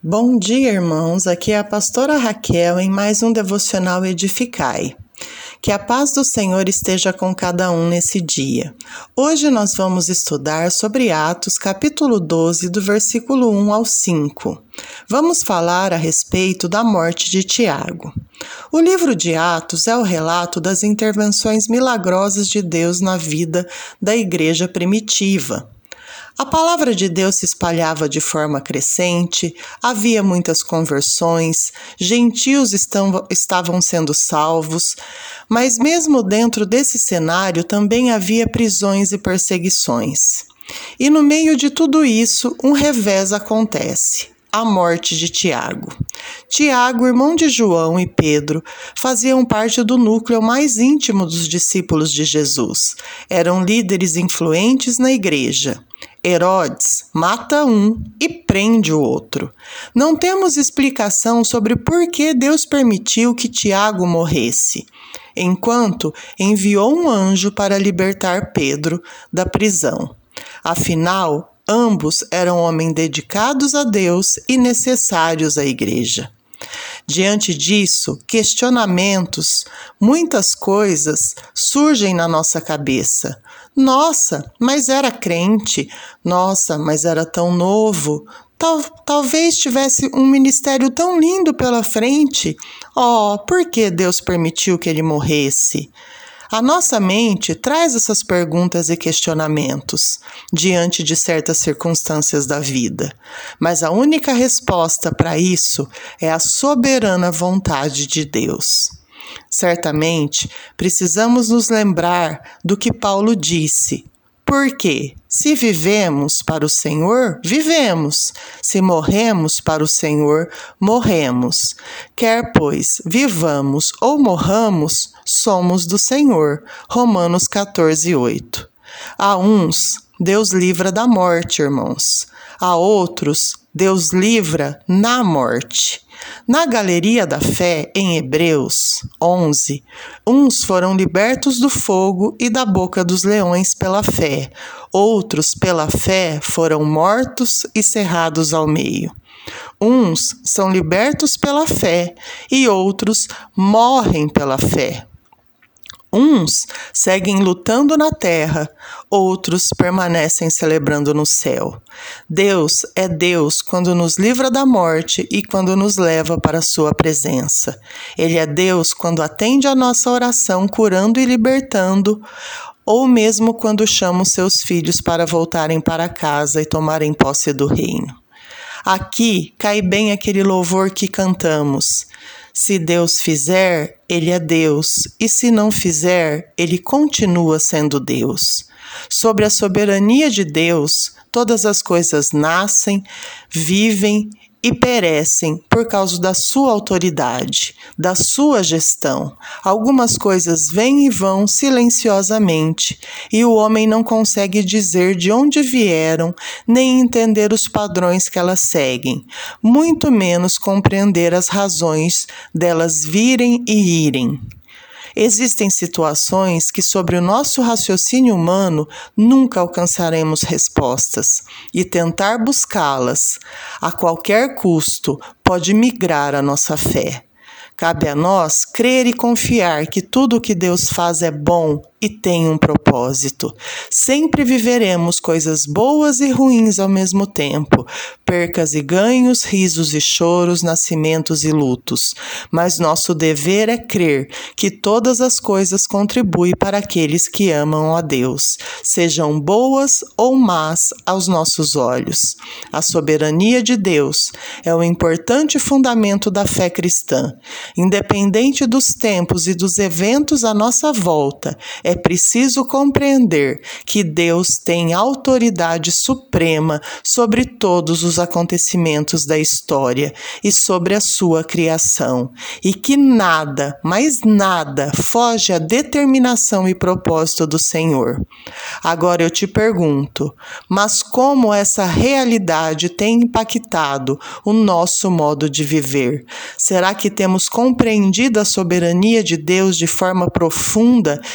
Bom dia, irmãos. Aqui é a pastora Raquel em mais um Devocional Edificai. Que a paz do Senhor esteja com cada um nesse dia. Hoje nós vamos estudar sobre Atos, capítulo 12, do versículo 1 ao 5. Vamos falar a respeito da morte de Tiago. O livro de Atos é o relato das intervenções milagrosas de Deus na vida da igreja primitiva. A palavra de Deus se espalhava de forma crescente, havia muitas conversões, gentios estavam sendo salvos, mas mesmo dentro desse cenário também havia prisões e perseguições. E no meio de tudo isso, um revés acontece. A morte de Tiago. Tiago, irmão de João e Pedro, faziam parte do núcleo mais íntimo dos discípulos de Jesus. Eram líderes influentes na igreja. Herodes mata um e prende o outro. Não temos explicação sobre por que Deus permitiu que Tiago morresse, enquanto enviou um anjo para libertar Pedro da prisão. Afinal, ambos eram homens dedicados a Deus e necessários à igreja. Diante disso, questionamentos, muitas coisas surgem na nossa cabeça. Nossa, mas era crente. Nossa, mas era tão novo. Talvez tivesse um ministério tão lindo pela frente. Oh, por que Deus permitiu que ele morresse? A nossa mente traz essas perguntas e questionamentos diante de certas circunstâncias da vida, mas a única resposta para isso é a soberana vontade de Deus. Certamente, precisamos nos lembrar do que Paulo disse. Porque, se vivemos para o Senhor, vivemos. Se morremos para o Senhor, morremos. Quer, pois, vivamos ou morramos, somos do Senhor. Romanos 14, 8. A uns, Deus livra da morte, irmãos. A outros, Deus livra na morte. Na galeria da fé, em Hebreus 11, uns foram libertos do fogo e da boca dos leões pela fé. Outros, pela fé, foram mortos e cerrados ao meio. Uns são libertos pela fé e outros morrem pela fé. Uns seguem lutando na terra, outros permanecem celebrando no céu. Deus é Deus quando nos livra da morte e quando nos leva para a sua presença. Ele é Deus quando atende a nossa oração, curando e libertando, ou mesmo quando chama os seus filhos para voltarem para casa e tomarem posse do reino. Aqui cai bem aquele louvor que cantamos. Se Deus fizer, Ele é Deus, e se não fizer, Ele continua sendo Deus. Sobre a soberania de Deus, todas as coisas nascem, vivem e perecem por causa da sua autoridade, da sua gestão. Algumas coisas vêm e vão silenciosamente, e o homem não consegue dizer de onde vieram, nem entender os padrões que elas seguem, muito menos compreender as razões delas virem e irem. Existem situações que, sobre o nosso raciocínio humano, nunca alcançaremos respostas, e tentar buscá-las, a qualquer custo, pode migrar a nossa fé. Cabe a nós crer e confiar que tudo o que Deus faz é bom e tem um propósito. Sempre viveremos coisas boas e ruins ao mesmo tempo, percas e ganhos, risos e choros, nascimentos e lutos. Mas nosso dever é crer que todas as coisas contribuem para aqueles que amam a Deus, sejam boas ou más aos nossos olhos. A soberania de Deus é o importante fundamento da fé cristã. Independente dos tempos e dos eventos à nossa volta, é preciso compreender que Deus tem autoridade suprema sobre todos os acontecimentos da história e sobre a sua criação, e que nada, mas nada, foge à determinação e propósito do Senhor. Agora eu te pergunto, mas como essa realidade tem impactado o nosso modo de viver? Será que temos compreendido a soberania de Deus de forma profunda e pela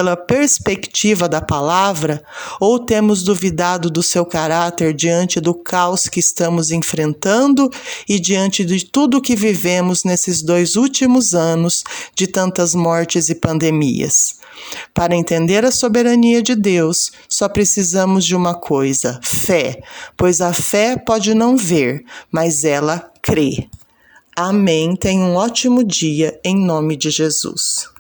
pela perspectiva da palavra ou temos duvidado do seu caráter diante do caos que estamos enfrentando e diante de tudo que vivemos nesses 2 últimos anos de tantas mortes e pandemias? Para entender a soberania de Deus, só precisamos de uma coisa: fé, pois a fé pode não ver, mas ela crê. Amém. Tenha um ótimo dia, em nome de Jesus.